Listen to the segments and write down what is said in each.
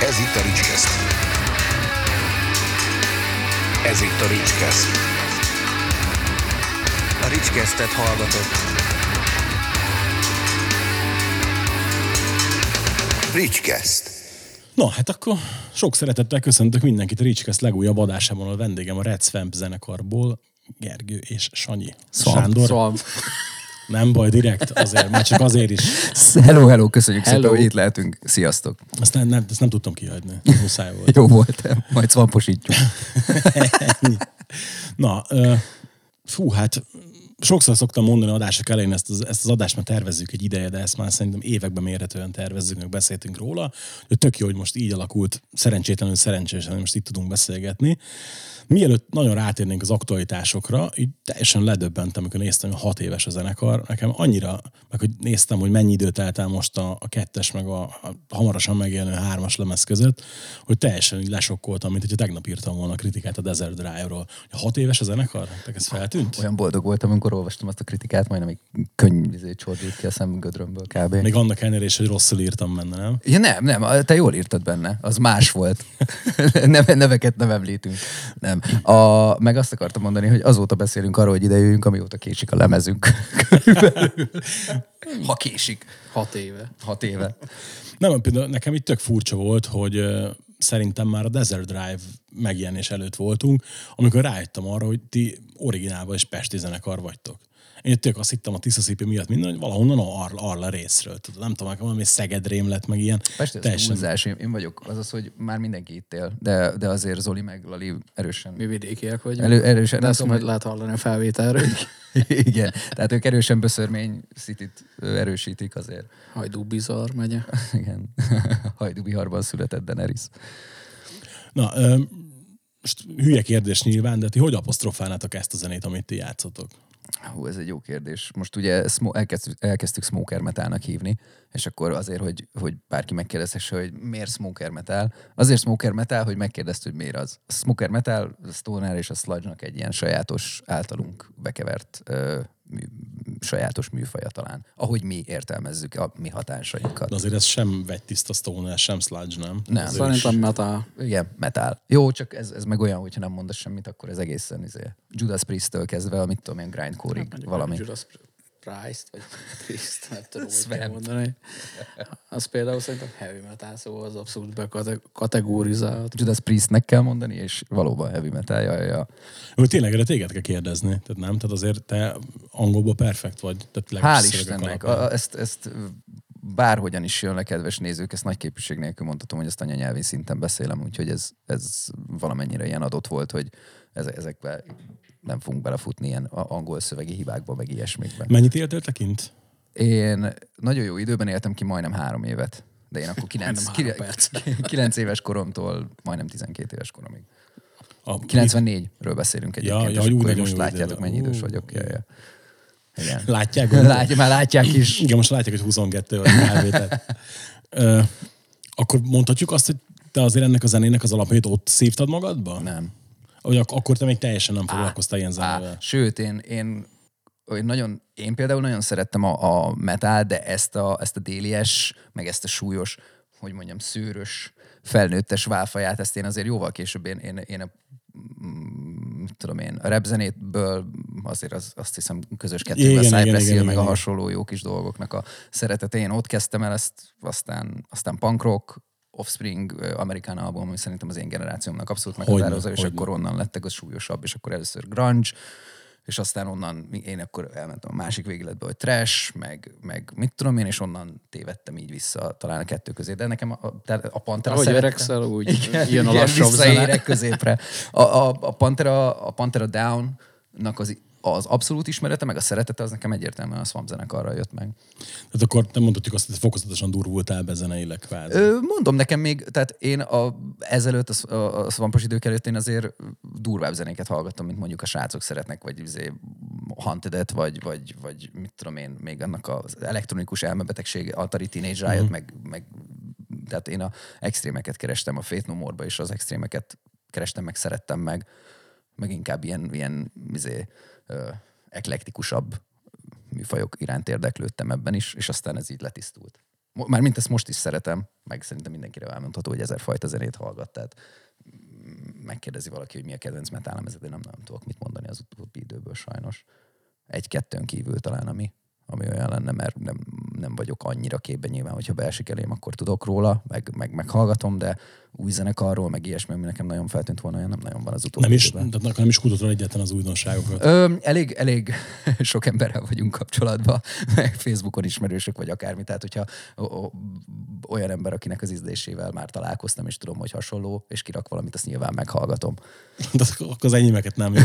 Ez itt a Ricskeszt. Ez itt a Ricskeszt. A Ricskesztet hallgatott. Ricskeszt. Na, hát akkor sok szeretettel köszöntök mindenkit a Ricskeszt legújabb adásában. A vendégem a Red Swamp zenekarból Gergő és Sanyi. Sándor. Nem baj, direkt, azért, már csak azért is. Hello, köszönjük szépen, hogy itt lehetünk. Sziasztok. Ezt nem tudtam kihagyni. Muszáj volt. Jó volt, majd szvamposítjuk. Na, hát sokszor szoktam mondani adások elején, ezt az adást már tervezzük egy ideje, de ezt már szerintem években mérhetően tervezzük, meg beszéltünk róla, hogy tök jó, hogy most így alakult, szerencsétlenül szerencsésen, most itt tudunk beszélgetni. Mielőtt nagyon rátérnénk az aktualitásokra, így teljesen ledöbbentem, amikor néztem, hogy 6 éves a zenekar. Nekem annyira, meg hogy néztem, hogy mennyi időt telt el most a 2-es, meg a hamarosan megjelenő 3-as lemez között, hogy teljesen így lesokkoltam, mint hogyha tegnap írtam volna a kritikát a Desert Drive-ról. 6 éves a zenekar? Tehát ez feltűnt? Olyan boldog voltam, amikor olvastam azt a kritikát, majdnem egy könnyű csordít ki a szemgödrömből kb. Még annak ellenére is, hogy rosszul írtam benne, nem? Ja, nem, te jól írtad benne. Az más volt. Neveket nem említünk. Nem. Meg azt akartam mondani, hogy azóta beszélünk arról, hogy ide jöjjünk, amióta késik a lemezünk. Ha késik. 6 éve. 6 éve. Nem, például nekem itt tök furcsa volt, hogy szerintem már a Desert Drive megjelenés előtt voltunk, amikor rájöttem arra, hogy ti originálban és pesti zenekar vagytok. Én tök azt hittem a Tiszaszipi miatt minden, hogy valahonnan arra részről. Tudod, nem tudom, valami Szegedrém lett, meg ilyen. Pesti, az én vagyok. Azaz, hogy már mindenki itt él, de azért Zoli meg Lali erősen. Mi vidékiek vagyunk. Erősen. De azt tudom, hogy lehet hallani a felvételről. Igen, tehát ők erősen Böszörmény City-t erősítik azért. Hajdú-Bizar megye. Igen, Hajdú-Biharban született Daenerys. Na, most hülye kérdés nyilván, de ti hogy apostrofálnátok ezt a zenét, amit ti játszotok? Hú, ez egy jó kérdés. Most ugye elkezdtük smoker metalnak hívni, és akkor azért, hogy bárki megkérdezhesse, hogy miért smoker metal. Azért smoker metal, hogy megkérdezte, hogy miért az. A smoker metal, a stoner és a sludge-nak egy ilyen sajátos, általunk bekevert sajátos műfaja talán. Ahogy mi értelmezzük a mi hatásainkat. De azért ez sem vegytiszta stoner, sem sludge, nem? Nem. Szerintem metal. Igen, metal. Jó, csak ez meg olyan, hogyha nem mondasz semmit, akkor ez egészen Judas Priest-től kezdve, amit tudom én, grindcore-ig valami. Judas Priest, vagy Priest, nem tudom, hogy kell mondani. Az például szerintem heavy metal, szóval az abszolút bekategorizált. Judas Priestnek kell mondani, és valóban heavy metal, ja. Jó, tényleg erre téged kell kérdezni, tehát nem? Tehát azért te angolból perfekt vagy. Hál' Istennek. Ezt bárhogyan is jön le, kedves nézők, ezt nagy képviség nélkül mondhatom, hogy ezt anyanyelvi szinten beszélem, úgyhogy ez valamennyire ilyen adott volt, hogy ezekbe nem fogunk belefutni ilyen angol szövegi hibákba, meg ilyesmikben. Mennyit éltél te kint? Én nagyon jó időben éltem ki majdnem 3 évet. De én akkor 9 éves koromtól majdnem 12 éves koromig. 94-ről beszélünk egyébként, és akkor most látjátok, mennyi idős vagyok. Ja. Igen. Látják? Már látják is. Igen, most látják, hogy 22 vagy elvételt. Akkor mondhatjuk azt, hogy te azért ennek a zenének az alapjait ott szívtad magadba? Nem. Akkor te még teljesen nem foglalkoztál ilyen zenével. Sőt, én például nagyon szerettem a metal, de ezt a délies, meg ezt a súlyos, hogy mondjam, szőrös, felnőttes válfaját, ezt én azért jóval később a rap zenétből azért azt hiszem közös kettőben Cypress Hill, meg a hasonló jó kis dolgoknak a szeretete. Én ott kezdtem el ezt, aztán punk rock, Offspring, American album, ami szerintem az én generációmnak abszolút meghatározó, és akkor onnan lettek az súlyosabb, és akkor először grunge, és aztán onnan én akkor elmentem a másik végletbe, hogy trash, meg mit tudom én, és onnan tévedtem így vissza talán a kettő közé. De nekem a Pantera ahogy öregszel, úgy jön a lassabb zene. Középre. A Pantera Down-nak az abszolút ismerete, meg a szeretete, az nekem egyértelműen a Swamp zenekarral jött meg. Tehát akkor nem mondhatjuk azt, hogy fokozatosan durvultál be zeneileg kvázi. Mondom nekem még, tehát én ezelőtt, a Swampos idők előtt én azért durvább zenéket hallgattam, mint mondjuk a srácok szeretnek, vagy Hunted-et, vagy mit tudom én, még annak az elektronikus elmebetegség, Atari Teenage Riot, meg tehát én a extrémeket kerestem a Faith No More-ba, és az extrémeket kerestem, meg szerettem meg inkább ilyen eklektikusabb műfajok iránt érdeklődtem ebben is, és aztán ez így letisztult. Mármint ezt most is szeretem, meg szerintem mindenkire elmondható, hogy 1000 fajta zenét hallgat, tehát megkérdezi valaki, hogy mi a kedvenc metálemezet, én nem tudok mit mondani az utóbbi időből sajnos. 1-2 kívül talán, ami olyan lenne, mert nem vagyok annyira képben nyilván, hogyha beesik elém, akkor tudok róla, meghallgatom, de új zenekarról, meg ilyesmi, ami nekem nagyon feltűnt volna, olyan nem nagyon van az utóbbi időben. Nem is kutatod egyáltalán az újdonságokat? Elég sok emberrel vagyunk kapcsolatban, meg Facebookon ismerősök, vagy akármi, tehát hogyha olyan ember, akinek az ízlésével már találkoztam, és tudom, hogy hasonló, és kirak valamit, azt nyilván meghallgatom. De akkor az enyémeket nem jó.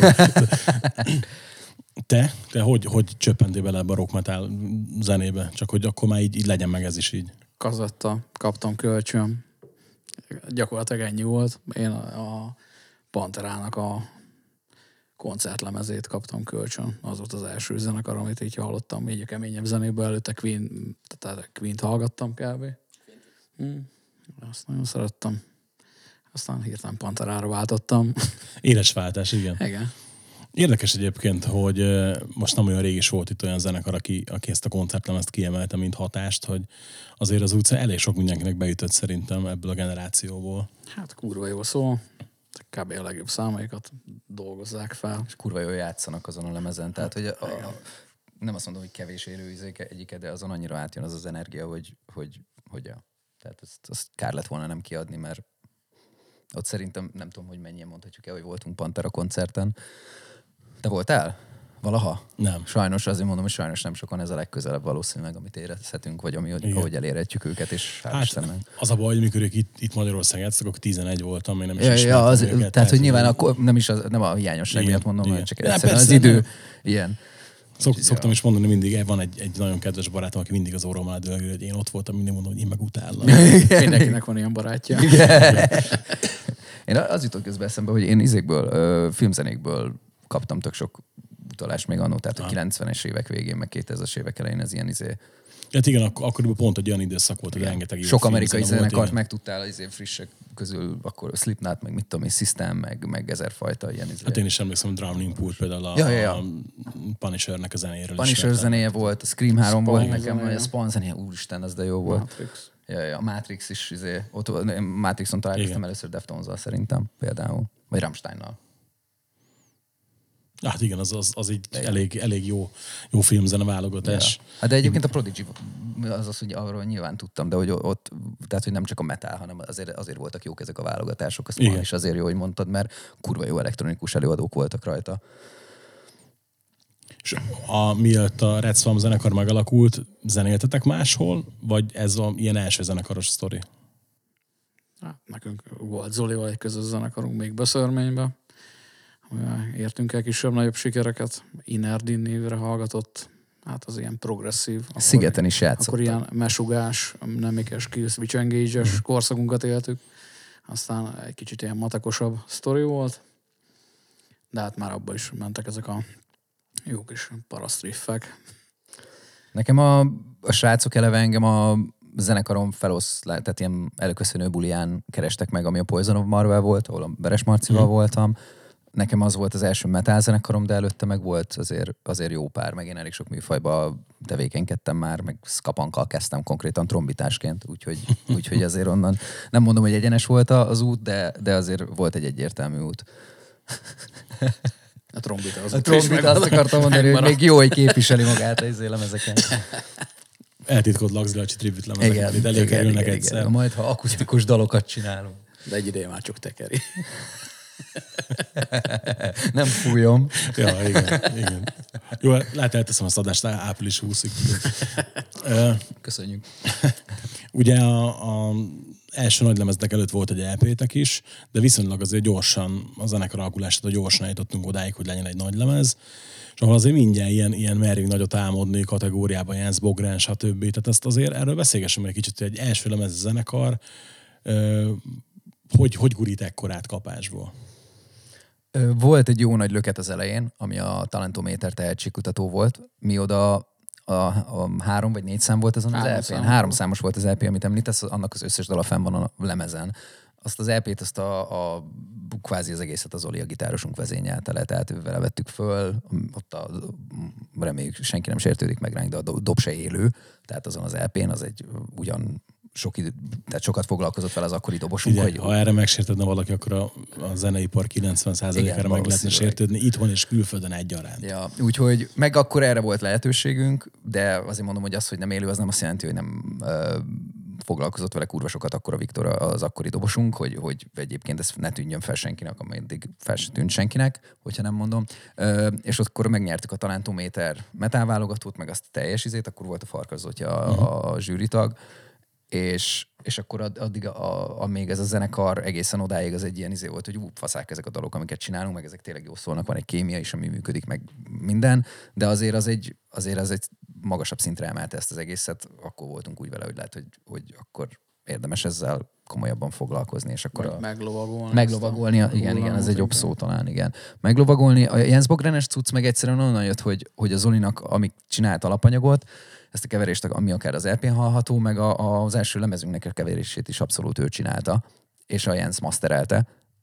Te hogy csöppentél bele ebbe a rock metal zenébe? Csak hogy akkor már így legyen meg ez is így. Kazetta, kaptam kölcsön. Gyakorlatilag ennyi volt. Én a Panterának a koncertlemezét kaptam kölcsön. Az volt az első zenekar, amit így hallottam. Így a keményebb zenéből előtte Queen-t hallgattam kb. Azt nagyon szerettem. Aztán hirtelen Panterára váltottam. Éles váltás, igen. Igen. Érdekes egyébként, hogy most nem olyan rég is volt itt olyan zenekar, aki ezt a koncertlemezt kiemelte, mint hatást, hogy azért az utca elég sok mindenkinek beütött szerintem ebből a generációból. Hát kurva jó szó. Kb. A legjobb számaikat dolgozzák fel. És kurva jól játszanak azon a lemezen. Tehát, hogy nem azt mondom, hogy kevés élő egyiket, de azon annyira átjön az energia, hogy tehát azt kár lett volna nem kiadni, mert ott szerintem nem tudom, hogy mennyien mondhatjuk el, hogy voltunk Pantera koncerten. Te voltál? Valaha? Nem. Sajnos, azért mondom, hogy sajnos nem sokan, ez a legközelebb valószínűleg, amit érezhetünk, vagy ahogy elérhetjük őket, és az a baj, hogy mikor itt Magyarországon játszok, akkor 11 voltam, még nem is ismertem őket. Tehát, hogy nyilván akkor nem a hiányosság miatt mondom, hogy csak egyszerűen az idő ilyen. Szoktam is mondani mindig, van egy nagyon kedves barátom, aki mindig az orrom alá dől, hogy én ott voltam, mindig mondom, hogy én meg utálom. Mindenkinek van ilyen barátja. Én az jutott közben eszembe, hogy én filmzenékből kaptam tök sok utalást még annó, tehát a 90-es évek végén, meg 2000-es évek elején ez ilyen Hát igen, akkoriban pont egy olyan időszak volt, hogy rengeteg sok amerikai zenekart megtudtál az frissek közül, akkor Slipknot, meg mit tudom én, System, meg 1000 fajta ilyen Hát én is emlékszem, Drowning Pool például a Punishernek a zenéjéről. Punisher zenéje volt, a Scream 3 volt nekem, a Spawn zenéje, úristen, az de jó volt. Matrix. A Matrix is, Matrixon találkoztam először Deftones-zal szerintem például, vagy Rammsteinnal. Hát igen, az egy elég jó filmzene válogatás. Ja. Hát de egyébként a Prodigy hogy arról nyilván tudtam, de hogy ott, tehát hogy nem csak a metal, hanem azért voltak jók ezek a válogatások. Azt ma is azért jó, hogy mondtad, mert kurva jó elektronikus előadók voltak rajta. És mielőtt a Red Swarm zenekar megalakult, zenéltetek máshol? Vagy ez ilyen első zenekaros sztori? Hát, nekünk volt Zolival egy közös zenekarunk még Beszörményben. Értünk el kisebb-nagyobb sikereket. Inerdin névre hallgatott. Hát az ilyen progresszív. Szigeten is játszottak. Akkor ilyen mesugás, nemikes Killswitch Engage-es korszakunkat éltük. Aztán egy kicsit ilyen matekosabb sztori volt. De hát már abban is mentek ezek a jó kis parasztriffek. Nekem a srácok eleve engem a zenekarom tehát ilyen előköszönő bulián kerestek meg, ami a Poison of Marvel volt, ahol a Beres Marcival voltam. Nekem az volt az első metal zenekarom, de előtte meg volt azért jó pár, meg én elég sok műfajba tevékenykedtem már, meg skapankkal kezdtem konkrétan trombitásként, úgyhogy azért onnan nem mondom, hogy egyenes volt az út, de azért volt egy egyértelmű út. A trombita azt akartam mondani, hogy még jó, hogy képviseli magát az lemezeken. Eltitkolt Lagzilacsi tribut lemezeket, itt elég kerülnek egyszer. Majd, ha akusztikus dalokat csinálunk. De egy ideje már csak tekeri. Nem fújom. Ja, igen. Jó, lehet elteszem azt adást április 20-ig. Köszönjük. Ugye a első nagylemeznek előtt volt egy EP-tek is, de viszonylag azért gyorsan, a zenekar alakulását gyorsan eljutottunk odáig, hogy legyen egy nagylemez, és ahol azért mindjárt ilyen merjünk nagyot álmodni kategóriában, Jens Bogren, stb. Tehát ezt azért erről beszélgessünk egy kicsit, hogy egy első lemez zenekar, hogy gurít ekkorát kapásból? Volt egy jó nagy löket az elején, ami a Talentométer tehetségkutató volt. Mi oda a 3 vagy 4 szám volt azon az EP-n. 3 számos volt az EP, amit említesz, annak az összes dala fenn van a lemezen. Azt az EP-t, azt kvázi az egészet az Oli, a gitárosunk vezényelte le, tehát vele vettük föl, ott reméljük senki nem sértődik meg ránk, de a dob se élő, tehát azon az EP-n az egy ugyan tehát sokat foglalkozott vele az akkori dobosunk. Ugye, ha erre megsértődne valaki, akkor a zeneipar 90%-ára meg lehetne sértődni, itthon és külföldön egyaránt. Ja, úgyhogy meg akkor erre volt lehetőségünk, de azért mondom, hogy az, hogy nem élő, az nem azt jelenti, hogy nem foglalkozott vele kurva sokat akkor a Viktor, az akkori dobosunk, hogy egyébként ez ne tűnjön fel senkinek, ameddig fel se tűnt senkinek, hogyha nem mondom. És akkor megnyertük a Talentométer metálválogatót, meg azt a teljes izét, akkor volt a Farkas Zotya a zsűritag, és akkor addig még ez a zenekar egészen odáig az egy ilyen izé volt, hogy faszák ezek a dalok, amiket csinálunk, meg ezek tényleg jól szólnak, van egy kémia is, ami működik, meg minden, de azért az egy magasabb szintre emelte ezt az egészet, akkor voltunk úgy vele, hogy lehet, hogy akkor érdemes ezzel komolyabban foglalkozni, és akkor meglovagolni, igen, ez egy jobb szó talán, igen. Meglovagolni. A Jens Bogrenes cucc meg egyszerűen onnan jött, hogy a Zolinak, amik csinált alapanyagot, ezt a keverést, ami akár az LP-n hallható, meg az első lemezünknek a keverését is abszolút ő csinálta, és a Jens masterelte.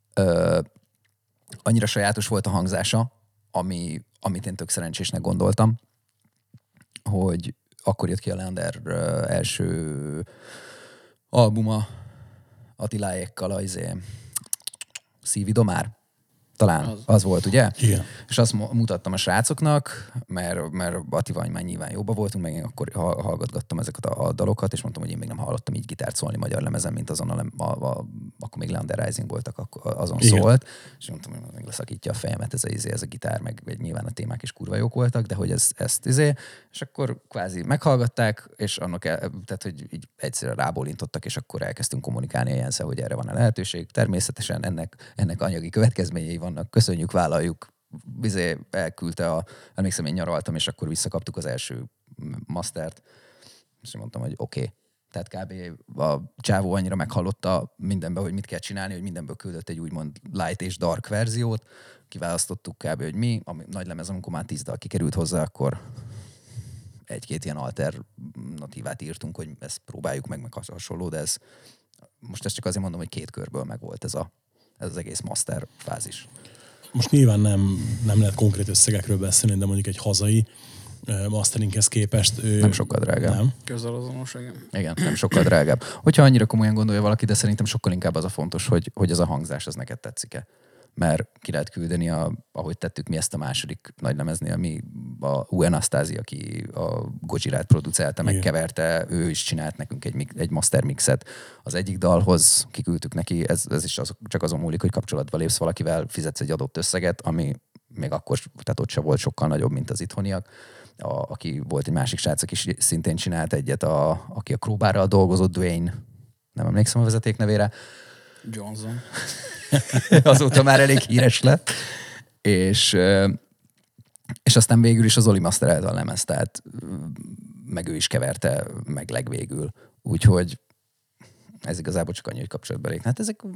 Annyira sajátos volt a hangzása, amit én tök szerencsésnek gondoltam, hogy akkor jött ki a Leander első albuma Attiláékkal, az Szívidomár. Talán az volt, ugye? Igen. És azt mutattam a srácoknak, mert Attival már nyilván jóba voltunk, meg én akkor hallgatgattam ezeket a dalokat, és mondtam, hogy én még nem hallottam így gitárt szólni magyar lemezen, mint azon akkor még Leander Rising voltak, azon igen. Szólt. És mondtam, hogy meg leszakítja a fejemet ez a gitár, meg nyilván a témák is kurva jók voltak, de hogy ezt és akkor kvázi meghallgatták, és tehát, hogy így egyszerűen rábólintottak, és akkor elkezdtünk kommunikálni ilyen, hogy erre van a lehetőség. Természetesen ennek anyagi következményei vannak, köszönjük, vállaljuk, elküldte emlékszem, én nyaraltam, és akkor visszakaptuk az első mastert, és mondtam, hogy oké. Tehát kb. A csávó annyira meghallotta mindenben, hogy mit kell csinálni, hogy mindenből küldött egy úgymond light és dark verziót, kiválasztottuk kb. Hogy mi, a nagy lemez, amikor már 10 dal kikerült hozzá, akkor egy-két ilyen alternatívát írtunk, hogy ezt próbáljuk meg hasonló, de most ezt csak azért mondom, hogy 2 körből meg volt ez az egész master fázis. Most nyilván nem lehet konkrét összegekről beszélni, de mondjuk egy hazai masteringhez képest... Nem sokkal drágább. Nem? Közalazonos, igen. Igen, nem sokkal drágább. Hogyha annyira komolyan gondolja valaki, de szerintem sokkal inkább az a fontos, hogy az a hangzás, az neked tetszik-e. Mert ki lehet küldeni, ahogy tettük mi ezt a második nagylemeznél, ami a Anastasia, aki a Gojirát producálta, megkeverte, ő is csinált nekünk egy master mixet. Az egyik dalhoz kiküldtük neki, ez is csak azon múlik, hogy kapcsolatba lépsz valakivel, fizetsz egy adott összeget, ami még akkor, tehát ott se volt sokkal nagyobb, mint az itthoniak. Aki volt egy másik srác, aki szintén csinált egyet, aki a Crowbarral dolgozott, Dwayne, nem emlékszem a vezeték nevére. Johnson. Azóta már elég híres lett. És aztán végül is az Oli masterelt a lemez, tehát meg ő is keverte meg legvégül. Úgyhogy ez igazából csak annyi, hogy kapcsolatba lépni. Hát ezek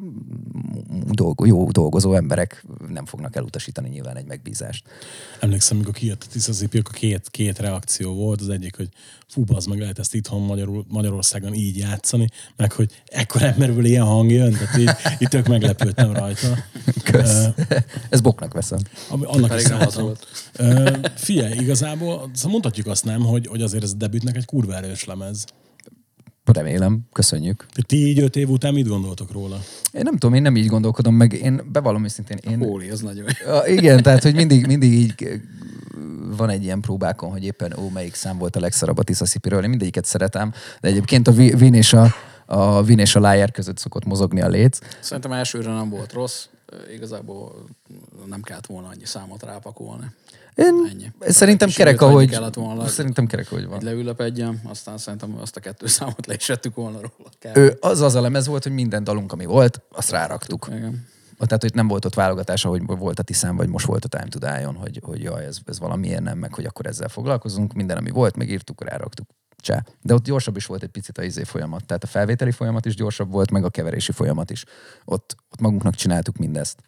jó dolgozó emberek, nem fognak elutasítani nyilván egy megbízást. Emlékszem, amikor kijött a Tisza-Zipi, akkor két reakció volt. Az egyik, hogy fú, bazd meg, lehet ezt itthon Magyarországon így játszani, meg hogy ekkor emberből ilyen hang jön, tehát így tök meglepődtem rajta. Kösz. Ez boknak veszem. Annak is volt. Figyelj, igazából mondhatjuk azt nem, hogy azért ez a debütnek egy kurva erős lemez. Remélem, köszönjük. Ti így 5 év után mit gondoltok róla? Én nem tudom, én nem így gondolkodom, meg én bevallom őszintén. Hóli, az nagyon igen, tehát, hogy mindig így van egy ilyen próbákon, hogy éppen melyik szám volt a legszarabb a Tisza-Zipiről. Én mindegyiket szeretem, de egyébként a Vin és a Liar között szokott mozogni a léc. Szerintem elsőre nem volt rossz. Igazából nem kellett volna annyi számot rápakolni. Szerintem kerek, ahogy van. Leülepedjem, aztán szerintem azt a 2 számot le is vettük volna róla. Az a lemez volt, hogy minden dalunk, ami volt, azt ráraktuk. Igen. Tehát, hogy nem volt ott válogatás, ahogy volt a Tiszán, vagy most volt a Time to Die-on, hogy jaj, ez valamiért nem, meg hogy akkor ezzel foglalkozunk. Minden, ami volt, megírtuk, ráraktuk. Csá. De ott gyorsabb is volt egy picit a folyamat. Tehát a felvételi folyamat is gyorsabb volt, meg a keverési folyamat is. Ott magunknak csináltuk mindezt.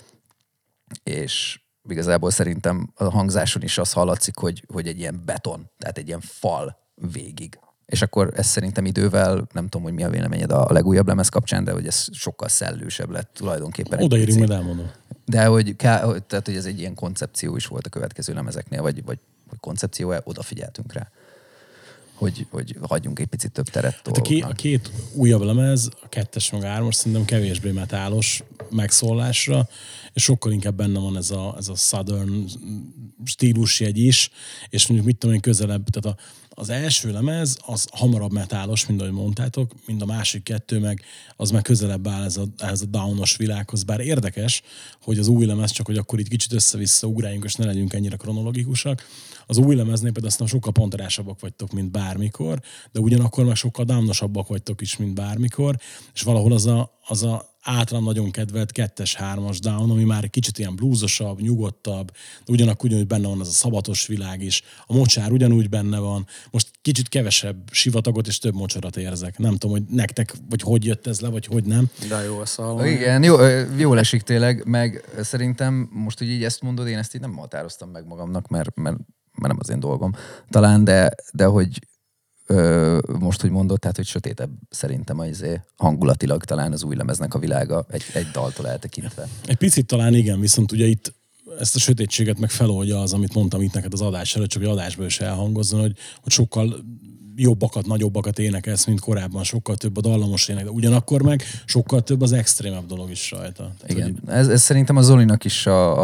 És igazából szerintem a hangzáson is az hallatszik, hogy egy ilyen beton, tehát egy ilyen fal végig. És akkor ez szerintem idővel, nem tudom, hogy mi a véleményed a legújabb lemez kapcsán, de hogy ez sokkal szellősebb lett tulajdonképpen. Odaérünk, majd elmondom. De hogy ez egy ilyen koncepció is volt a következő lemezeknél, vagy koncepció-e, odafigyeltünk rá. hogy hagyjunk egy picit több teret Hát dolgoknak. a két újabb lemez, a 2-es meg 3-as szerintem kevésbé metálos megszólásra, és sokkal inkább benne van ez a Southern stílusjegy is, és mondjuk mit tudom én közelebb, tehát az első lemez az hamarabb metálos, mint ahogy mondtátok, mind a másik kettő meg az meg közelebb áll ez a downos világhoz. Bár érdekes, hogy az új lemez, csak hogy akkor itt kicsit össze-vissza ugráljunk, és ne legyünk ennyire kronológikusak. Az új lemeznél például aztán sokkal ponterásabbak vagytok, mint bármikor, de ugyanakkor meg sokkal downosabbak vagytok is, mint bármikor, és valahol az a általán nagyon kedvelt 2-es, 3-as down, ami már egy kicsit ilyen bluesosabb, nyugodtabb, de ugyanúgy benne van az a szabatos világ is. A mocsár ugyanúgy benne van. Most kicsit kevesebb sivatagot és több mocsarat érzek. Nem tudom, hogy nektek, vagy hogy jött ez le, vagy hogy nem. De jó ezt hallani. Igen, jól esik tényleg, meg szerintem most, hogy így ezt mondod, én ezt így nem határoztam meg magamnak, mert nem az én dolgom talán, de hogy most, hogy mondod, tehát, hogy sötétebb szerintem hangulatilag talán az új lemeznek a világa egy daltól eltekintve. Egy picit talán igen, viszont ugye itt ezt a sötétséget meg feloldja az, amit mondtam itt neked az adás előtt, csak hogy adásból is elhangozzon, hogy sokkal jobbakat, nagyobbakat énekelsz, mint korábban, sokkal több a dallamos ének, de ugyanakkor meg sokkal több az extrémebb dolog is rajta. Igen, ez szerintem a Zolinak is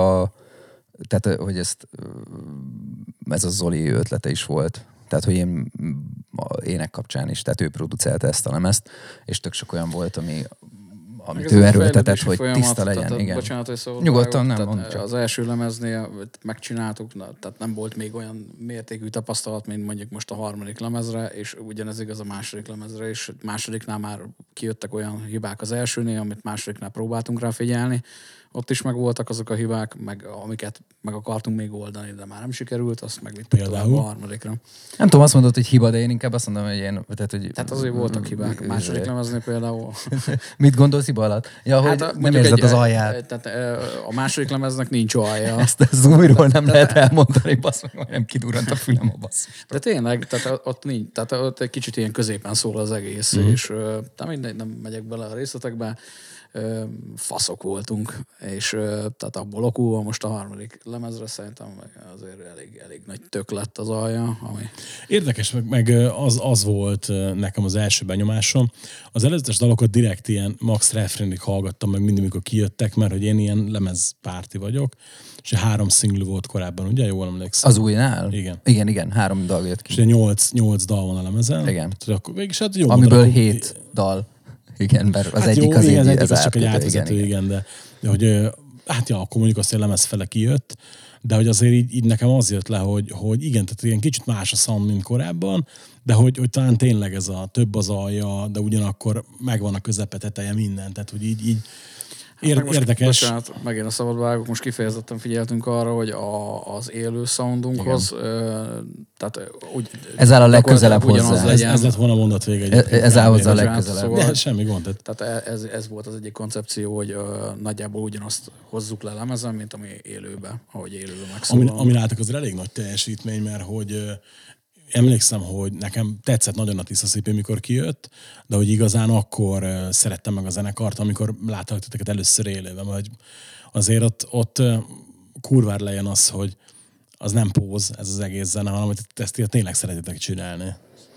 tehát, hogy ez a Zoli ötlete is volt. Tehát, hogy én ének kapcsán is, tehát ő producelte ezt a lemezt, és tök sok olyan volt, amit ő erőltetett, hogy tiszta legyen. Tehát, igen. Bocsánat, hogy szóval Nyugodtan nem mondd csak. Az első lemeznél megcsináltuk, tehát nem volt még olyan mértékű tapasztalat, mint mondjuk most a harmadik lemezre, és ugyanez igaz a második lemezre, és másodiknál már kijöttek olyan hibák az elsőnél, amit másodiknál próbáltunk rá figyelni. Ott is megvoltak azok a hibák, meg amiket meg akartunk még oldani, de már nem sikerült, azt megvittük tovább a harmadikra. Nem tudom, azt mondod, hogy hiba, de én inkább azt mondom, hogy Tehát azért voltak hibák. A második lemeznél például. Mit gondolsz hiba alatt? Ja, hogy nem érzed az alját. Tehát a második lemeznek nincs alja. Ezt az újról nem lehet elmondani, basz meg majdnem kidurrant a fülem a basszus. De tényleg, tehát ott nincs, tehát ott egy kicsit ilyen középen szól az egész, és mindegy, nem megyek bele a részletekbe. Faszok voltunk, és tehát abból okulva most a harmadik lemezre szerintem azért elég nagy tök lett az alja. Ami... Érdekes, meg az volt nekem az első benyomásom. Az előzetes dalokat direkt ilyen max refrénig hallgattam meg mindig, mikor kijöttek, mert hogy én ilyen lemezpárti vagyok, és 3 szingl volt korábban, ugye? Jól emlékszem. Az újnál? Igen. Igen, 3 dal jött ki. És 8 dal van a lemezen. Igen. Tehát akkor, végig, hát jó, amiből mondom, 7 dal. Igen, mert az hát egyik jó, az igen, egy az csak egy átvezető, igen, de hogy hát ja, akkor mondjuk azt, hogy a lemez fele kijött, de hogy azért így nekem az jött le, hogy igen, tehát ilyen kicsit más a sound, mint korábban, de hogy talán tényleg ez a több az alja, de ugyanakkor megvan a közepe, teteje, minden, tehát hogy így érdekes. Bocsánat, megint a szabadvágok, most kifejezetten figyeltünk arra, hogy az élő soundunkhoz, tehát úgy... Ez áll a legközelebb hozzá. Ez lett volna a mondat vége. Ez áll hozzá a legközelebb. Szóval, de semmi gond. Tehát ez volt az egyik koncepció, hogy nagyjából ugyanazt hozzuk le lemezen, mint ami élőbe, ahogy élőbe megszólal. Ami látok, az elég nagy teljesítmény, mert hogy emlékszem, hogy nekem tetszett nagyon a Tiszaszépé, mikor kijött, de hogy igazán akkor szerettem meg a zenekart, amikor láttak titeket először élőben, hogy azért ott kurvár legyen az, hogy az nem póz ez az egész zene, hanem hogy ezt tényleg szeretitek csinálni.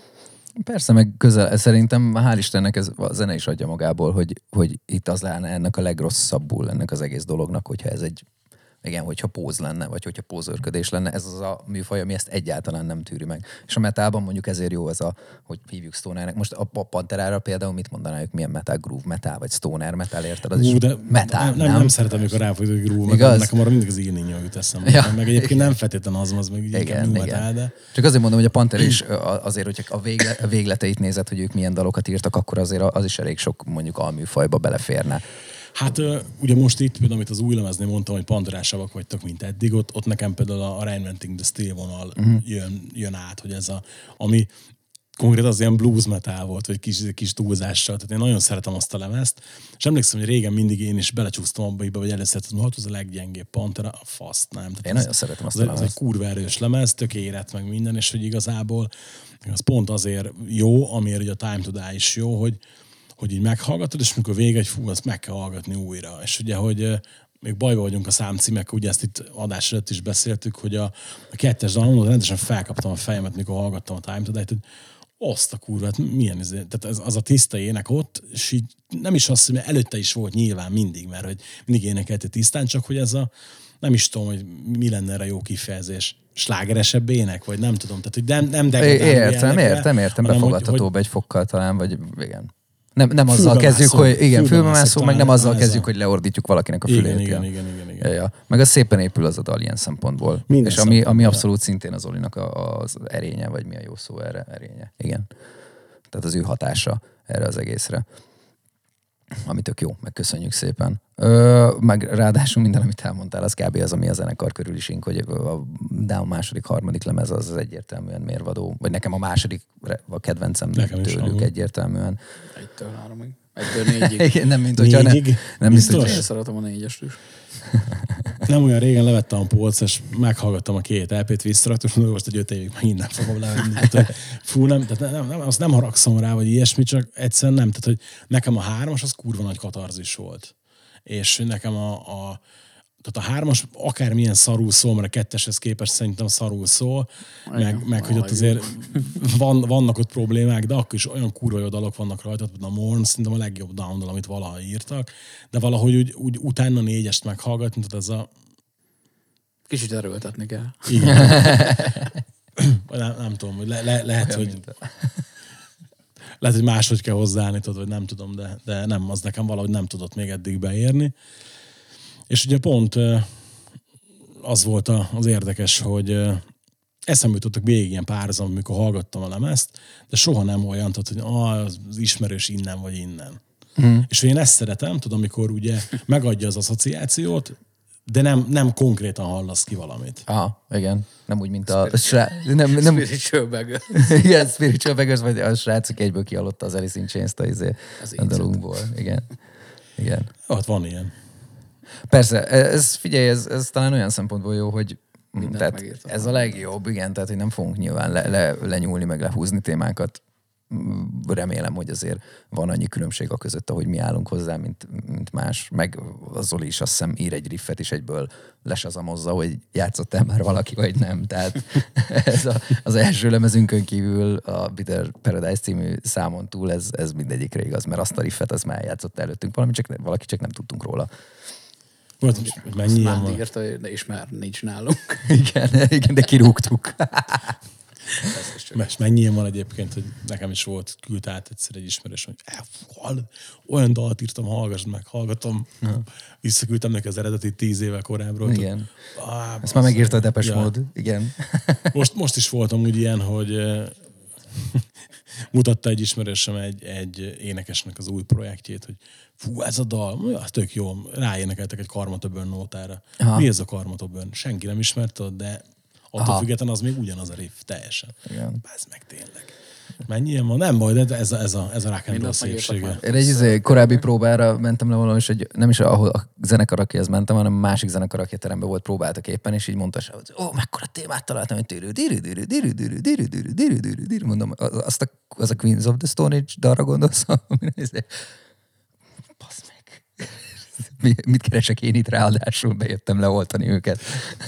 Persze, meg szerintem hál' Istennek ez a zene is adja magából, hogy itt az lenne ennek a legrosszabbul ennek az egész dolognak, hogyha ez hogyha póz lenne, vagy hogyha pózörködés lenne, ez az a műfaj, ami ezt egyáltalán nem tűri meg. És a metalban mondjuk ezért jó ez hogy hívjuk stonernek. Most a Panterára például mit mondanájuk, milyen metal, groove metal, vagy stoner metal, érted? Az is metal, nem szeretem, amikor ráfolyt, hogy groove metal, nekem arra mindig az Igninyo jut eszembe. Ja, meg egyébként nem feltétlen az meg igen. Metal, de... Csak azért mondom, hogy a Pantera is azért, hogyha a végleteit nézed, hogy ők milyen dalokat írtak, akkor azért az is elég sok mondjuk alműfajba beleférne. Hát ugye most itt például, amit az új lemeznél mondtam, hogy panterásabbak vagytok, mint eddig, ott nekem például a Reinventing the Steel vonal jön át, hogy ez ami konkrétan az ilyen blues metal volt, vagy kis túlzással. Tehát én nagyon szeretem azt a lemezt, és emlékszem, hogy régen mindig én is belecsúsztam abba, hogy először hogy az a leggyengébb Pantera, a faszt, nem. Tehát én nagyon szeretem azt a lemezt. Az egy kurva erős lemez, tök érett meg minden, és hogy igazából az pont azért jó, amiért ugye a Time to Die is jó, hogy így meghallgatod, és amikor vége, hogy azt meg kell hallgatni újra. És ugye, hogy még bajba vagyunk a számcímekkel, ugye ezt itt adás előtt is beszéltük, hogy a 2-es dalon rendesen felkaptam a fejemet, mikor hallgattam a Time to Die-t, hogy azt a kurvát, milyen tehát az a tiszta ének ott, és így nem is azt, hogy előtte is volt nyilván mindig, mert hogy mindig énekelte tisztán, csak hogy ez a, nem is tudom, hogy mi lenne erre jó kifejezés, slágeresebb ének, vagy nem tudom, tehát hogy nem Értem, befogadhatóbb egy fokkal talán, vagy igen. Nem azzal kezdjük, hogy igen, fülbemászó, meg nem azzal kezdjük, hogy leordítjuk valakinek a fülét. Igen. Ja. Meg az szépen épül az a dal ilyen szempontból. Minden és ami abszolút szintén az Olinak az erénye, vagy mi a jó szó erre? Erénye. Igen. Tehát az ő hatása erre az egészre. Ami tök jó, megköszönjük szépen. Meg ráadásul minden, amit elmondtál, az kb. Az, ami a zenekar körül is ink, hogy a Down második, harmadik lemez az egyértelműen mérvadó. Vagy nekem a második a kedvencem tőlük egyértelműen. 1-től 3-ig. 1-től 4-ig. Igen, nem mint hogyha nem mint hogy én szeretem a 4-est is. Nem olyan régen levettem a polc, és meghallgattam a 2 EP-t visszaraktam, és most egy 5 évig megint nem fogom levenni. Fú, azt nem haragszom rá, vagy ilyesmi, csak egyszerűen nem. Tehát, hogy nekem a 3-as az kurva nagy katarzis volt. És nekem tehát a 3-as akármilyen szarul szól, mert a 2-eshez képest szerintem szarul szól, meg hogy ott azért vannak ott problémák, de akkor is olyan kurva jó dalok vannak rajta, a Morn szerintem a legjobb down dal, amit valaha írtak, de valahogy úgy utána 4-est meghallgatni, tehát ez a... Kicsit erőltetni kell. Igen. nem tudom, hogy lehet, hogy... Lehet, hogy máshogy kell hozzáállni, vagy nem tudom, de nem, az nekem valahogy nem tudott még eddig beérni. És ugye pont az volt az érdekes, hogy eszembe jutottak végig ilyen párhuzam, amikor hallgattam a lemezt, de soha nem olyan, tehát, hogy az ismerős innen vagy innen. És én ezt szeretem, tudom, amikor ugye megadja az asszociációt, de nem konkrétan hallasz ki valamit. Aha, igen. Nem úgy, mint a... Spiritual Beggars. Igen, Spiritual Beggars, vagy a srácok egyből kihallotta az Alice in Chains-t a dalunkból. Igen. Hát van ilyen. Persze, figyelj, ez talán olyan szempontból jó, hogy tehát ez a legjobb, igen, tehát hogy nem fogunk nyilván lenyúlni, meg lehúzni témákat. Remélem, hogy azért van annyi különbség a között, ahogy mi állunk hozzá, mint más. Meg az Zoli is azt hiszem ír egy riffet, és egyből lesazamozza, hogy játszott-e már valaki, vagy nem. Tehát ez az első lemezünkön kívül a Bitter Paradise című számon túl ez mindegyikre igaz, mert azt a riffet az már játszott előttünk valaki, csak nem tudtunk róla. Mennyi ilyen van? Ígérte, és már nincs nálunk. Igen, de kirúgtuk. Mert mennyi ilyen van egyébként, hogy nekem is volt, küld át egyszer egy ismerős, hogy olyan dalt írtam, hallgatom. Visszaküldtem neki az eredeti 10 éve korábbról. Igen. Ezt már megírta a Depeche Mode. Igen. Most is voltam úgy ilyen, hogy mutatta egy ismerősöm egy énekesnek az új projektjét, hogy fú, ez a dal, ja, tök jó, ráénekeltek egy Karma to Burn nótára. Mi ez a Karma to Burn? Senki nem ismerte, de attól függetlenül az még ugyanaz a riff, teljesen. Ez meg tényleg. Mennyi ilyen van? Nem baj, de ez a rock and roll szépsége. Én egy korábbi próbára mentem le valahol, és nem is ahol a zenekar, akihez mentem, hanem a másik zenekar, aki a teremben volt, próbáltak éppen, és így mondta, hogy mekkora témát találtam, hogy mondom, az a Queens of the Stone Age dalra gondolsz? Basz meg. Mit keresek én itt ráadásul? Bejöttem leoltani őket.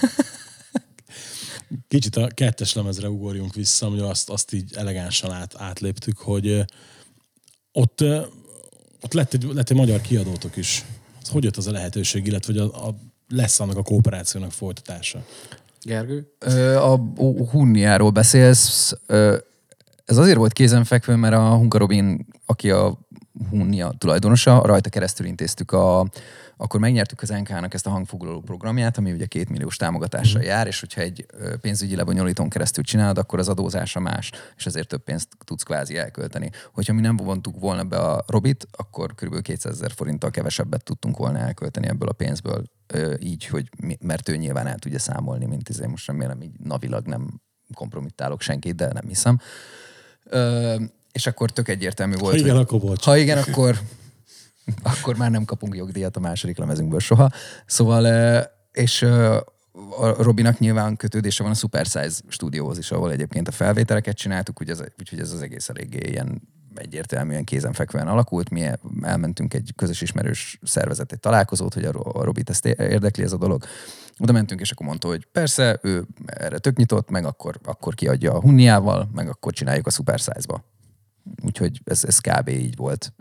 Kicsit a 2-es lemezre ugorjunk vissza, hogy azt így elegánsan átléptük, hogy ott lett egy magyar kiadótok is. Hogy jött az a lehetőség, illetve hogy lesz annak a kooperációnak folytatása? Gergő? A Hunniáról beszélsz. Ez azért volt kézenfekvő, mert a Hungarobin, aki a Hunnia tulajdonosa, rajta keresztül intéztük akkor megnyertük az NK-nak ezt a hangfoglaló programját, ami ugye 2 milliós támogatással jár, és hogyha egy pénzügyi lebonyolítón keresztül csinálod, akkor az adózása más, és ezért több pénzt tudsz kvázi elkölteni. Hogyha mi nem vontuk volna be a Robit, akkor kb. 200 000 forinttal kevesebbet tudtunk volna elkölteni ebből a pénzből, így, hogy mert ő nyilván el tudja számolni, mint most remélem, így navilag nem kompromittálok senkit, de nem hiszem. És akkor tök egyértelmű volt. Ha igen, akkor bocs. Ha igen, akkor már nem kapunk jogdíjat a második lemezünkből soha. Szóval, és a Robinak nyilván kötődése van a Super Size stúdióhoz is, ahol egyébként a felvételeket csináltuk, úgyhogy ez az egész eléggé ilyen egyértelműen kézenfekvően alakult. Mi elmentünk egy közös ismerős szervezet, egy találkozót, hogy a Robit ezt érdekli ez a dolog. Oda mentünk, és akkor mondta, hogy persze, ő erre tök nyitott, meg akkor kiadja a Hunniával, meg akkor csináljuk a Super Size-ba. Úgyhogy ez kb. Így volt.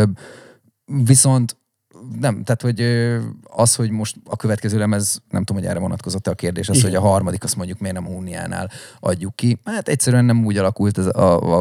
Viszont nem, tehát hogy az, hogy most a következő lemez, nem tudom, hogy erre vonatkozott-e a kérdés, az, hogy a harmadik, azt mondjuk miért nem a Hunniánál adjuk ki. Hát egyszerűen nem úgy alakult ez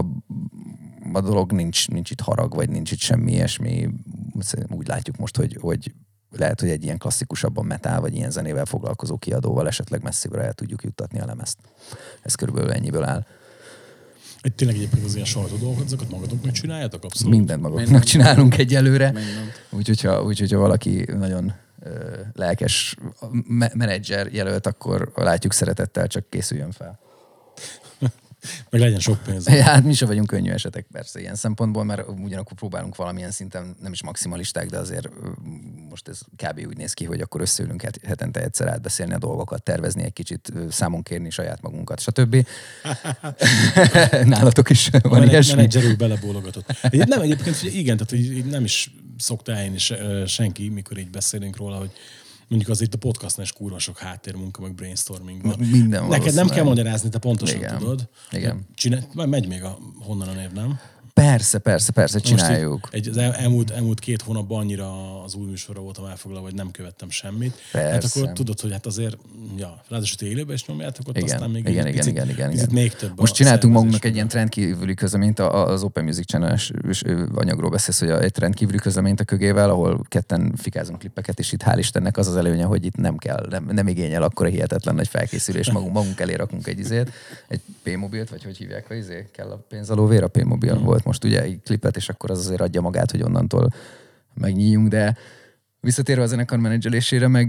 a dolog, nincs itt harag, vagy nincs itt semmi ilyesmi. Úgy látjuk most, hogy lehet, hogy egy ilyen klasszikusabban metal, vagy ilyen zenével foglalkozó kiadóval esetleg messzire el tudjuk juttatni a lemezt. Ez körülbelül ennyiből áll. Tényleg egyébként az ilyen sajtó dolgokat, azokat magatoknak csináljátok? Abszolút. Mindent magunknak csinálunk egyelőre. Úgyhogy ha valaki nagyon lelkes menedzser jelölt, akkor látjuk szeretettel, csak készüljön fel. Meg legyen sok pénz. Hát mi sem vagyunk könnyű esetek persze ilyen szempontból, mert ugyanakkor próbálunk valamilyen szinten, nem is maximalisták, de azért most ez kb. Úgy néz ki, hogy akkor összeülünk hetente egyszer átbeszélni a dolgokat, tervezni egy kicsit, számon kérni saját magunkat, stb. Nálatok is van ilyesmi. Menedzser úr belebólogatott. Nem, egyébként igen, tehát így nem is szokta eljönni senki, mikor így beszélünk róla, hogy mondjuk azért a podcastnál is kurva sok háttérmunka, meg brainstorming van. Minden neked nem kell magyarázni, te pontosan igen. tudod. Igen. Megy még honnan a név, nem? Persze, csináljuk. Az elmúlt 2 hónapban annyira az új műsorra voltam elfoglalva, hogy nem követtem semmit. Persze. Hát akkor tudod, hogy hát azért, ráadásul élőben is nyomjátok ott, igen, aztán még igen. még több. Most csináltunk magunknak egy ilyen rendkívüli közleményt, az Open Music Channel-es anyagról beszélsz, hogy egy rendkívüli közleményt a Kögével, ahol ketten fikázunk klippeket, és itt hál' Istennek az előnye, hogy itt nem kell, nem igényel akkora hihetetlen nagy felkészülés, magunk elé rakunk egy P-mobilt, vagy hogy hívják a kell a pénzalóvér, a P-mobil volt most ugye egy klipet, és akkor az azért adja magát, hogy onnantól megnyíljunk, de visszatérve a zenekar menedzselésére, meg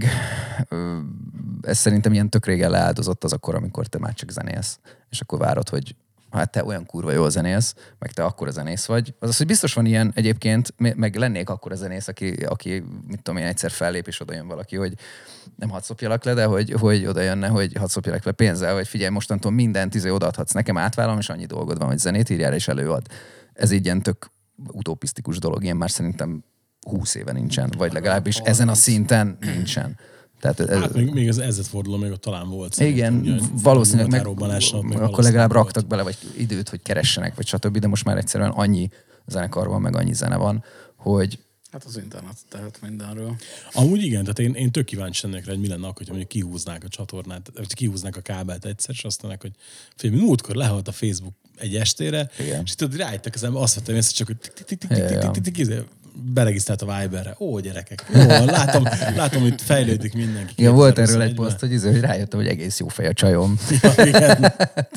ez szerintem ilyen tök régen leáldozott az akkor, amikor te már csak zenélsz, és akkor várod, hogy hát te olyan kurva jól zenélsz, meg te akkora zenész vagy. Az, hogy biztos van ilyen egyébként, meg lennék akkora zenész, aki mit tudom én, egyszer fellép, és oda jön valaki, hogy nem hadd szopjalak le, de hogy oda jönne, hogy hadd szopjalak le pénzzel, vagy figyelj, mostantól mindent odaadhatsz nekem, átvállalom, és annyi dolgod van, hogy zenét írjál és előad. Ez így ilyen tök utopisztikus dolog, ilyen már szerintem 20 éve nincsen, vagy legalábbis ezen a szinten nincsen. Tehát hát még az ezredforduló még ott talán volt. Igen, valószínűleg meg akkor legalább raktak bele, vagy időt, hogy keressenek, vagy stb., de most már egyszerűen annyi zenekar van, meg annyi zene van, hogy... Hát az internet tehet mindenről. Amúgy igen, tehát én tök kíváncsi lennék rá, hogy mi lenne akkor, hogy mondjuk kihúznák a csatornát, vagy kihúznák a kábelt egyszer, és azt mondják, hogy fél, múltkor lehalt a Facebook egy estére, igen. És tudod, rájöttek az ember, azt vettem észre, csak hogy beregisztrált a Viberre. Ó, gyerekek, jó, látom, hogy fejlődik mindenki. Igen, volt erről egy poszt, hogy rájöttem, hogy egész jó fej a csajom. Ja, igen.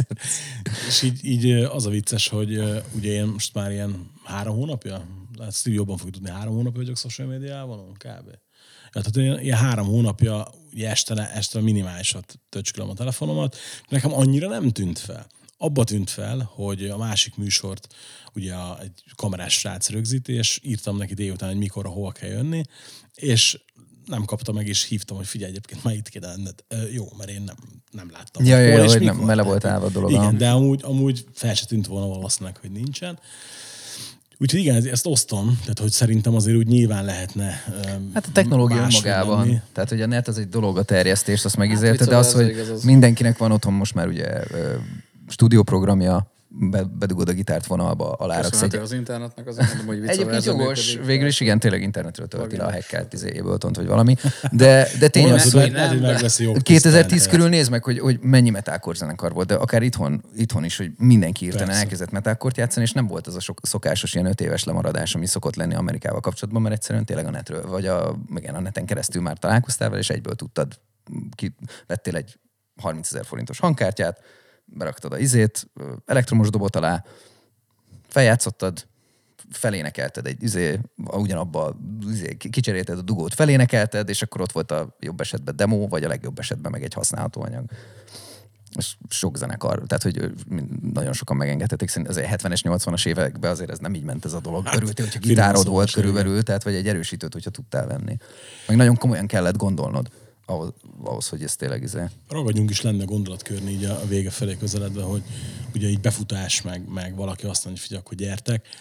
És így az a vicces, hogy ugye én most már ilyen 3 hónapja, hát Steve jobban fog tudni, 3 hónapja vagyok social médiában, kb. Ja, tehát ilyen 3 hónapja ugye este minimálisat töcskölöm a telefonomat, nekem annyira nem tűnt fel. Abba tűnt fel, hogy a másik műsort ugye egy kamerás srác rögzíti, és írtam neki délután, hogy mikorra, hol kell jönni, és nem kapta meg, és hívtam, hogy figyelj, egyébként már itt kéne lenned. Jó, mert én nem láttam. Ja, hogy nem mele volt állva a dolog. Igen, de amúgy fel se tűnt volna valószínűleg, hogy nincsen. Úgyhogy igen, ezt osztom, tehát hogy szerintem azért úgy nyilván lehetne. Hát a technológia magában. Lenni. Tehát, hogy a net az egy dolog, a terjesztést, azt megízélte, de az, hogy mindenkinek van otthon most már ugye stúdióprogramja, bedugod a gitárt vonalba, aláraksz egy... az internetnek azért mondom, hogy vicca. Egyébként jogos, végül is igen, tényleg internetről tölti le a hackelt Abletont, vagy valami. De tény az, hogy 2010 körül nézd meg, hogy mennyi metalcore zenekar volt, de akár itthon is, hogy mindenki írtene elkezdett metalcore-t játszani, és nem volt az a szokásos ilyen 5 éves lemaradás, ami szokott lenni Amerikával kapcsolatban, mert egyszerűen tényleg a netről, vagy a neten keresztül már találkoztál vele, és egyből tudtad, vettél egy 30 000 forintos hangkártyát, beraktad a elektromos dobot alá, feljátszottad, felénekelted ugyanabba kicserélted a dugót, felénekelted, és akkor ott volt a jobb esetben demo, vagy a legjobb esetben meg egy használható anyag. És sok zenekar, tehát hogy nagyon sokan megengedhetik, szerintem azért 70-es, 80-as években azért ez nem így ment ez a dolog. Örültél, hogyha gitárod volt körülbelül, tehát vagy egy erősítőt, hogyha tudtál venni. Meg nagyon komolyan kellett gondolnod ahhoz, hogy ez tényleg Ragadjunk is lenne gondolatkörni így a vége felé közeledve, hogy ugye így befutás, meg valaki azt mondja, hogy figyelj, akkor gyertek.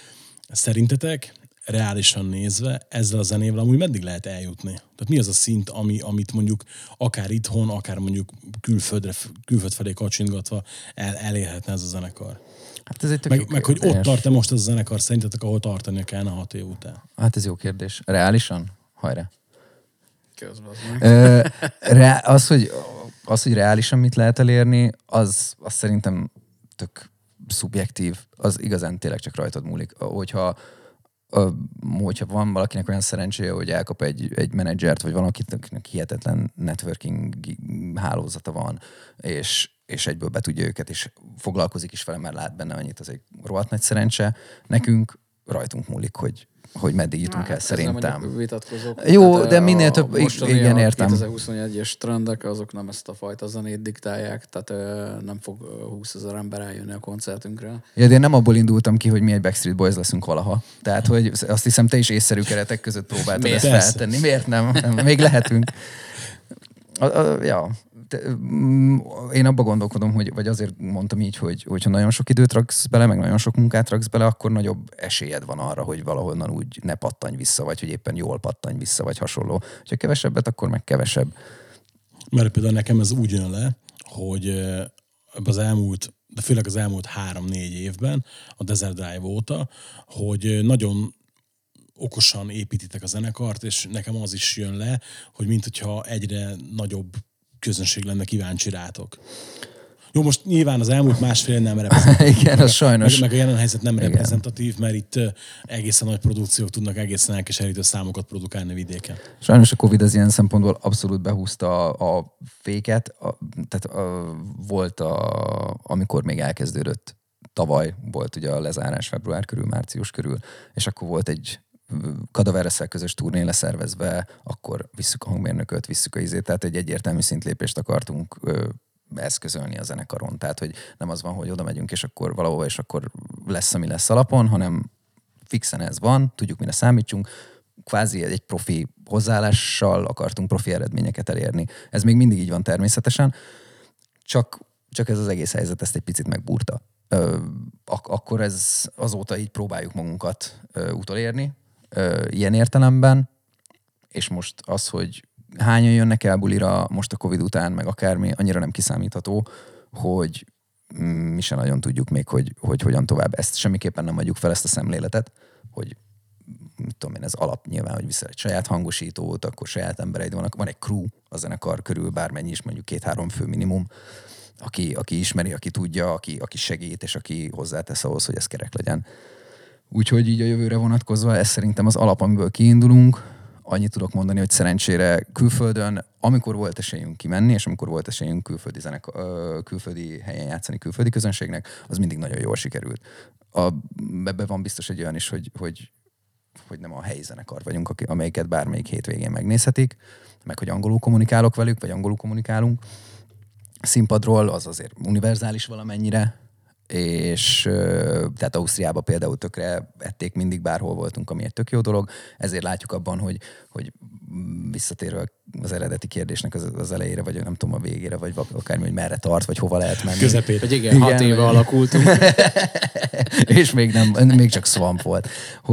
szerintetek reálisan nézve ezzel a zenével amúgy meddig lehet eljutni? Tehát mi az a szint, amit mondjuk akár itthon, akár mondjuk külföld felé kacsingatva elérhetne ez a zenekar? Hát ez egy meg hogy ott tart-e most az a zenekar szerintetek, ahol tartania kellene 6 év után? Hát ez jó kérdés. Reálisan? Hajrá. Közben az meg. Az, hogy reálisan mit lehet elérni, az szerintem tök szubjektív. Az igazán tényleg csak rajtad múlik. Hogyha van valakinek olyan szerencséje, hogy elkap egy menedzsert, vagy valakinek hihetetlen networking hálózata van, és egyből be tudja őket, és foglalkozik is vele, mert lát benne annyit, az egy rohadt nagy szerencse. Nekünk rajtunk múlik, hogy meddig jutunk el szerintem. Jó, hát, de minél több, igen, értem. 2021-es trendek, azok nem ezt a fajta zenét diktálják, tehát nem fog 20 000 ember eljönni a koncertünkre. Ja, de én nem abból indultam ki, hogy mi egy Backstreet Boys leszünk valaha. Tehát, hogy azt hiszem, te is észszerű keretek között próbáltad ezt feltenni. Miért nem? Még lehetünk. Ja. Én abba gondolkodom, vagy azért mondtam így, hogyha nagyon sok időt raksz bele, meg nagyon sok munkát raksz bele, akkor nagyobb esélyed van arra, hogy valahonnan úgy ne pattanj vissza, vagy hogy éppen jól pattanj vissza, vagy hasonló. Ha kevesebbet, akkor meg kevesebb. Mert például nekem ez úgy jön le, hogy az elmúlt, de főleg az elmúlt 3-4 évben, a Desert Drive óta, hogy nagyon okosan építitek a zenekart, és nekem az is jön le, hogy minthogyha egyre nagyobb közönség lenne kíváncsi rátok. Jó, most nyilván az elmúlt másfél nem reprezentatív. Igen, az sajnos. Meg a jelen helyzet nem reprezentatív, mert itt egészen nagy produkciók tudnak egészen elkeserítő számokat produkálni vidéken. Sajnos a Covid az ilyen szempontból abszolút behúzta a féket. Tehát volt amikor még elkezdődött tavaly, volt ugye a lezárás február körül, március körül, és akkor volt egy Kadaverresszel közös turné leszervezve, akkor visszük a hangmérnököt, visszük a izét, tehát egy egyértelmű szintlépést akartunk eszközölni a zenekaron. Tehát, hogy nem az van, hogy oda megyünk, és akkor valahova, és akkor lesz, ami lesz alapon, hanem fixen ez van, tudjuk, mire számítsunk, kvázi egy profi hozzáállással akartunk profi eredményeket elérni. Ez még mindig így van természetesen, csak ez az egész helyzet ezt egy picit megbúrta. Akkor azóta így próbáljuk magunkat utolérni, ilyen értelemben, és most az, hogy hányan jönnek el bulira most a Covid után, meg akármi, annyira nem kiszámítható, hogy mi sem nagyon tudjuk még, hogy hogyan tovább. Ezt semmiképpen nem adjuk fel, ezt a szemléletet, hogy mit tudom én, ez alap nyilván, hogy viszel egy saját hangosítót, akkor saját embereid vannak, van egy crew a zenekar körül, bármennyi is, mondjuk 2-3 fő minimum, aki ismeri, aki tudja, aki segít, és aki hozzátesz ahhoz, hogy ez kerek legyen. Úgyhogy így a jövőre vonatkozva ez szerintem az alap, amiből kiindulunk. Annyit tudok mondani, hogy szerencsére külföldön, amikor volt esélyünk kimenni, és amikor volt esélyünk külföldi helyen játszani külföldi közönségnek, az mindig nagyon jól sikerült. Ebben van biztos egy olyan is, hogy nem a helyi zenekar vagyunk, amelyiket bármelyik hétvégén megnézhetik, meg hogy angolul kommunikálok velük, vagy angolul kommunikálunk. Színpadról az azért univerzális valamennyire, és tehát Ausztriában például tökre ették mindig, bárhol voltunk, ami egy tök jó dolog. Ezért látjuk abban, hogy visszatérve az eredeti kérdésnek az elejére, vagy nem tudom, a végére, vagy akármi, hogy merre tart, vagy hova lehet menni. Közepét. Hogy igen, 6 éve alakultunk. És még csak Swamp volt.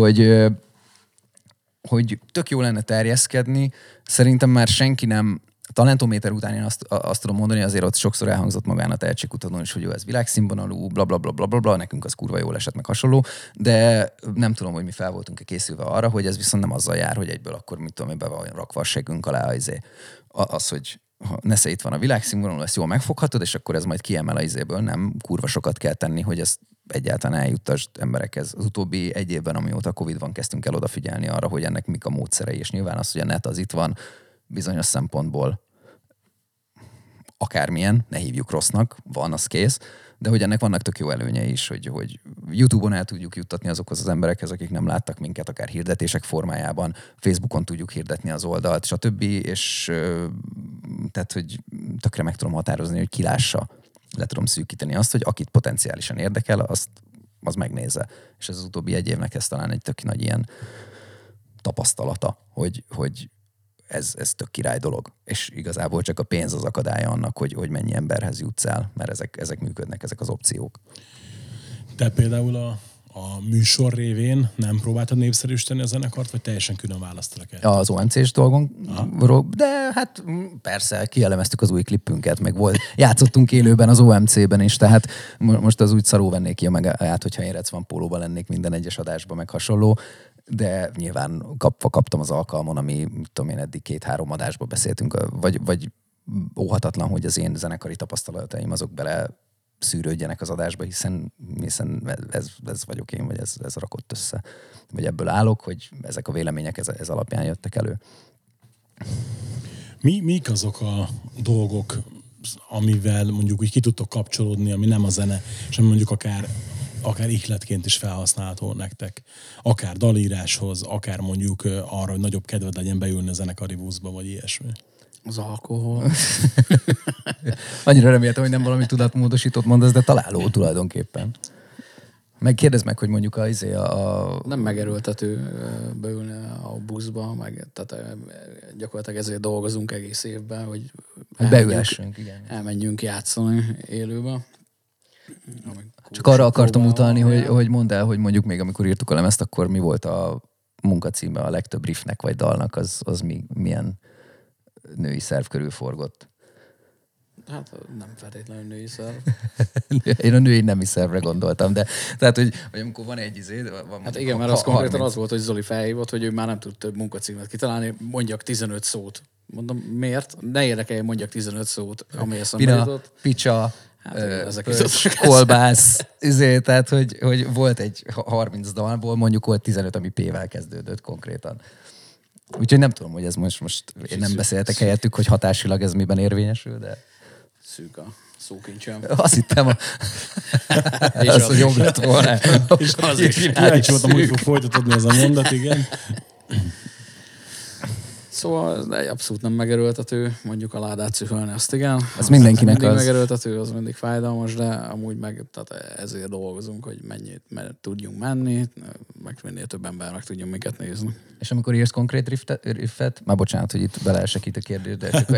Hogy tök jó lenne terjeszkedni. Szerintem már senki nem. A Talentométer után én azt tudom mondani, azért ott sokszor elhangzott magán a tehetségkutatón is, hogy jó, ez világszínvonalú, blablabla, nekünk az kurva jól esett, meg hasonló, de nem tudom, hogy mi fel voltunk-e készülve arra, hogy ez viszont nem azzal jár, hogy egyből akkor mit tudom, be van rakva a seggünk alá az, hogy nesze itt van a világszínvonalú, ezt jól megfoghatod, és akkor ez majd kiemel a izéből, nem kurva sokat kell tenni, hogy ezt egyáltalán eljuttasd emberekhez. Az utóbbi 1 évben, amióta Covid van, kezdtünk el odafigyelni arra, hogy ennek mik a módszerei, és nyilván az, hogy a net az itt van, bizonyos szempontból akármilyen, ne hívjuk rossznak, van, az kész, de hogy ennek vannak tök jó előnyei is, hogy YouTube-on el tudjuk juttatni azokhoz az emberekhez, akik nem láttak minket, akár hirdetések formájában, Facebookon tudjuk hirdetni az oldalt, stb. És tehát, hogy tökre meg tudom határozni, hogy ki lássa, le tudom szűkíteni azt, hogy akit potenciálisan érdekel, az megnézze. És ez az utóbbi 1 évnek ez talán egy tök nagy ilyen tapasztalata, hogy ez tök király dolog. És igazából csak a pénz az akadálya annak, hogy mennyi emberhez jutsz el, mert ezek működnek, ezek az opciók. Te például a a műsor révén nem próbáltad népszerűsíteni a zenekart, vagy teljesen külön választalak el? Az OMC-s dolgon, de hát persze, kielemeztük az új klippünket, meg játszottunk élőben az OMC-ben is, tehát most az úgy szarul vennék ki a magát, hogyha én Recvan pólóban lennék minden egyes adásban, meg hasonló, de nyilván kaptam az alkalmon, ami, mit tudom én, eddig 2-3 adásban beszéltünk, vagy óhatatlan, hogy az én zenekari tapasztalataim azok bele szűrődjenek az adásba, hiszen ez vagyok én, vagy ez rakott össze. Vagy ebből állok, hogy ezek a vélemények ez alapján jöttek elő. Mik azok a dolgok, amivel mondjuk úgy ki tudtok kapcsolódni, ami nem a zene, és ami mondjuk akár ihletként is felhasználható nektek. Akár dalíráshoz, akár mondjuk arra, hogy nagyobb kedved legyen beülni a zenekari buszba, vagy ilyesmi. Az alkohol. Annyira reméltem, hogy nem valami tudatmódosítót mondasz, de találó tulajdonképpen. Kérdezd meg, hogy mondjuk Nem megerőltető beülni a buszba, tehát gyakorlatilag ezért dolgozunk egész évben, hogy beülhessünk, igen. Elmenjünk játszani élőbe. Csak arra akartam utalni, hogy mondd el, hogy mondjuk még amikor írtuk a lemezt, akkor mi volt a munkacíme a legtöbb riffnek vagy dalnak, az milyen női szerv körül forgott? Hát nem feltétlenül női szerv. Én a női nemi szervre gondoltam, de tehát, hogy amikor van egy Hát igen, mert az konkrétan az volt, hogy Zoli felhívott, hogy ő már nem tud több munkacímet kitalálni, mondjak 15 szót. Mondom, miért? Ne érdekelj, mondjak 15 szót, ami eszembe jutott. Picsa, kolbász, tehát, hogy volt egy 30 dalból, mondjuk volt 15, ami P-vel kezdődött konkrétan. Úgyhogy nem tudom, hogy ez most én nem beszéltek helyettük, hogy hatásilag ez miben érvényesül, de... Szűk a szókincsem. Azt hittem, az jobb lett volna. És kíváncsi voltam, hogy fog folytatódni ez a mondat, igen. Szóval abszolút nem megerőltető, mondjuk a ládát szühölni, azt igen. Az mindenkinek mindig az. megerőltető, az mindig fájdalmas, de amúgy tehát ezért dolgozunk, hogy mennyit tudjunk menni, meg minél több ember meg tudjon minket nézni. És amikor írsz konkrét riffet, már bocsánat, hogy itt belesek itt a kérdés, de csak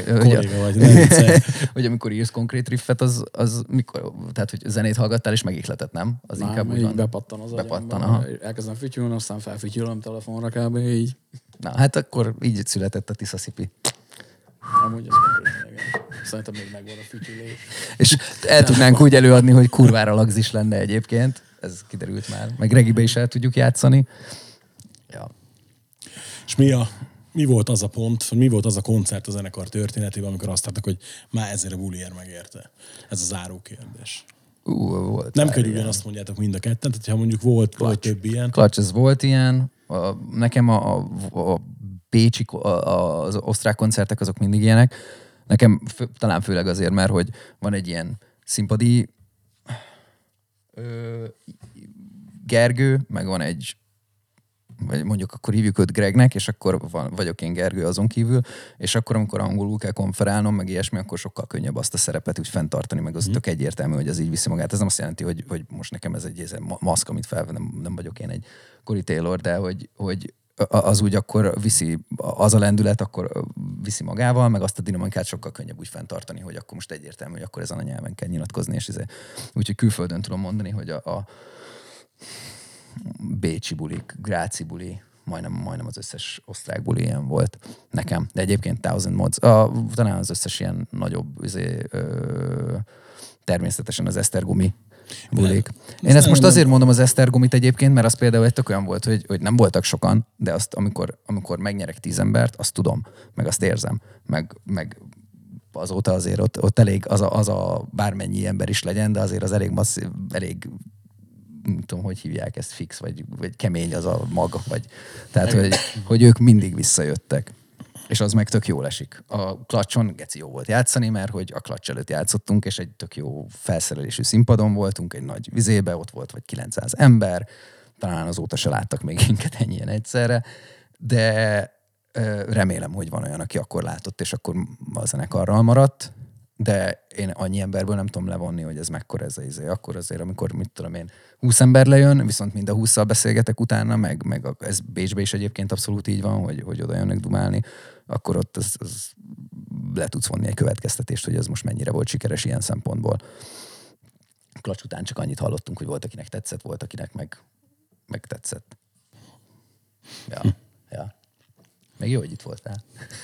hogy amikor írsz konkrét riffet, az mikor, tehát hogy zenét hallgattál és megihletett, nem? Az inkább úgy van. Bepattan az agyamban. Elkezdem fütyülni, aztán felfütyülöm telefonra kb. Így. Na, hát akkor így született a Tiszaszipi. Amúgy ez igen. Szerintem még megvan a fütyülés. És el tudnánk úgy előadni, hogy kurvára lagzis lenne egyébként. Ez kiderült már. Meg regibe is el tudjuk játszani. Ja. És mi volt az a pont, mi volt az a koncert a zenekar történetében, amikor azt láttak, hogy már ezért a buliért megérte? Ez a záró kérdés. Volt nem kell ugyanazt mondjátok mind a ketten, tehát ha mondjuk volt több ilyen. Clutch, ez volt ilyen. Nekem a bécsi, az osztrák koncertek azok mindig ilyenek. Nekem talán főleg azért, mert hogy van egy ilyen színpadi Gergő, meg van egy, vagy mondjuk akkor hívjuk őt Gregnek, és akkor vagyok én Gergő azon kívül, és akkor amikor angolul kell konferálnom, meg ilyesmi, akkor sokkal könnyebb azt a szerepet úgy fenntartani, meg az tök egyértelmű, hogy az így viszi magát. Ez nem azt jelenti, hogy most nekem ez egy maszk, amit nem vagyok én egy Corey Taylor, de hogy az úgy akkor viszi, az a lendület akkor viszi magával, meg azt a dinamikát sokkal könnyebb úgy fenntartani, hogy akkor most egyértelmű, hogy akkor ezen a nyelven kell nyilatkozni, és úgyhogy külföldön tudom mondani, hogy a bécsi bulik, gráci buli, majdnem az összes osztrák buli ilyen volt nekem. De egyébként Thousand Mods, talán az összes ilyen nagyobb, természetesen az Esztergomi bulik. Én ezt most azért mondom az Esztergomit egyébként, mert az például egy tök olyan volt, hogy nem voltak sokan, de azt amikor megnyerek 10 embert, azt tudom, meg azt érzem, meg azóta azért ott elég az a bármennyi ember is legyen, de azért az elég nem tudom, hogy hívják ezt, fix, vagy kemény az a mag, vagy tehát, hogy ők mindig visszajöttek. És az meg tök jól esik. A Clutch-on geci jó volt játszani, mert hogy a Clutch előtt játszottunk, és egy tök jó felszerelésű színpadon voltunk, egy nagy vizébe, ott volt vagy 900 ember, talán azóta se láttak még minket ennyien egyszerre, de remélem, hogy van olyan, aki akkor látott, és akkor a zenekarral maradt, de én annyi emberből nem tudom levonni, hogy ez mekkora ez akkor azért, amikor, mit tudom én, 20 ember lejön, viszont mind a 20-szal beszélgetek utána, meg ez Bécsben is egyébként abszolút így van, hogy oda jönnek dumálni, akkor ott az le tudsz vonni egy következtetést, hogy ez most mennyire volt sikeres ilyen szempontból. Klacs után csak annyit hallottunk, hogy volt, akinek tetszett, volt, akinek meg tetszett. Ja. Meg jó, hogy itt voltál.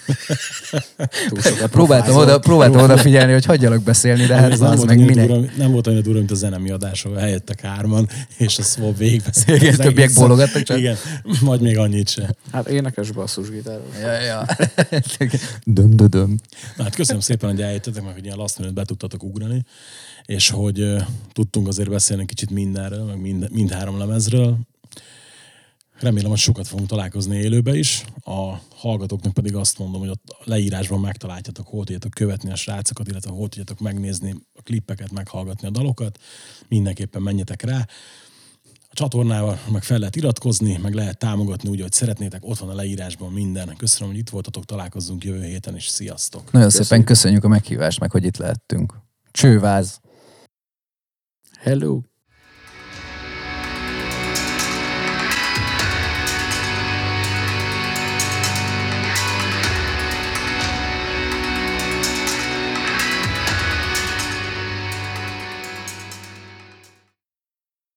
Próbáltam odafigyelni, hogy hagyjalak beszélni, de hát az meg minek. Nem volt olyan durva, mint a zenemi adás, ahol eljöttek 3-an, és a Swob végigbeszélt. Igen, többiek bólogattak csak. Igen, majd még annyit se. Hát énekes basszusgitáros. Ja. Döm. Hát köszönöm szépen, hogy eljöttetek, meg hogy ilyen last minute be tudtatok ugrani, és hogy tudtunk azért beszélni kicsit mindenről, meg mind 3 lemezről. Remélem, hogy sokat fogunk találkozni élőbe is. A hallgatóknak pedig azt mondom, hogy ott a leírásban megtaláljátok, hol tudjátok követni a srácokat, illetve hol tudjátok megnézni a klippeket, meghallgatni a dalokat. Mindenképpen menjetek rá. A csatornával meg fel lehet iratkozni, meg lehet támogatni úgy, hogy szeretnétek. Ott van a leírásban minden. Köszönöm, hogy itt voltatok, találkozzunk jövő héten, és sziasztok! Nagyon szépen köszönjük a meghívást, meg hogy itt lehettünk. Csőváz! Hello!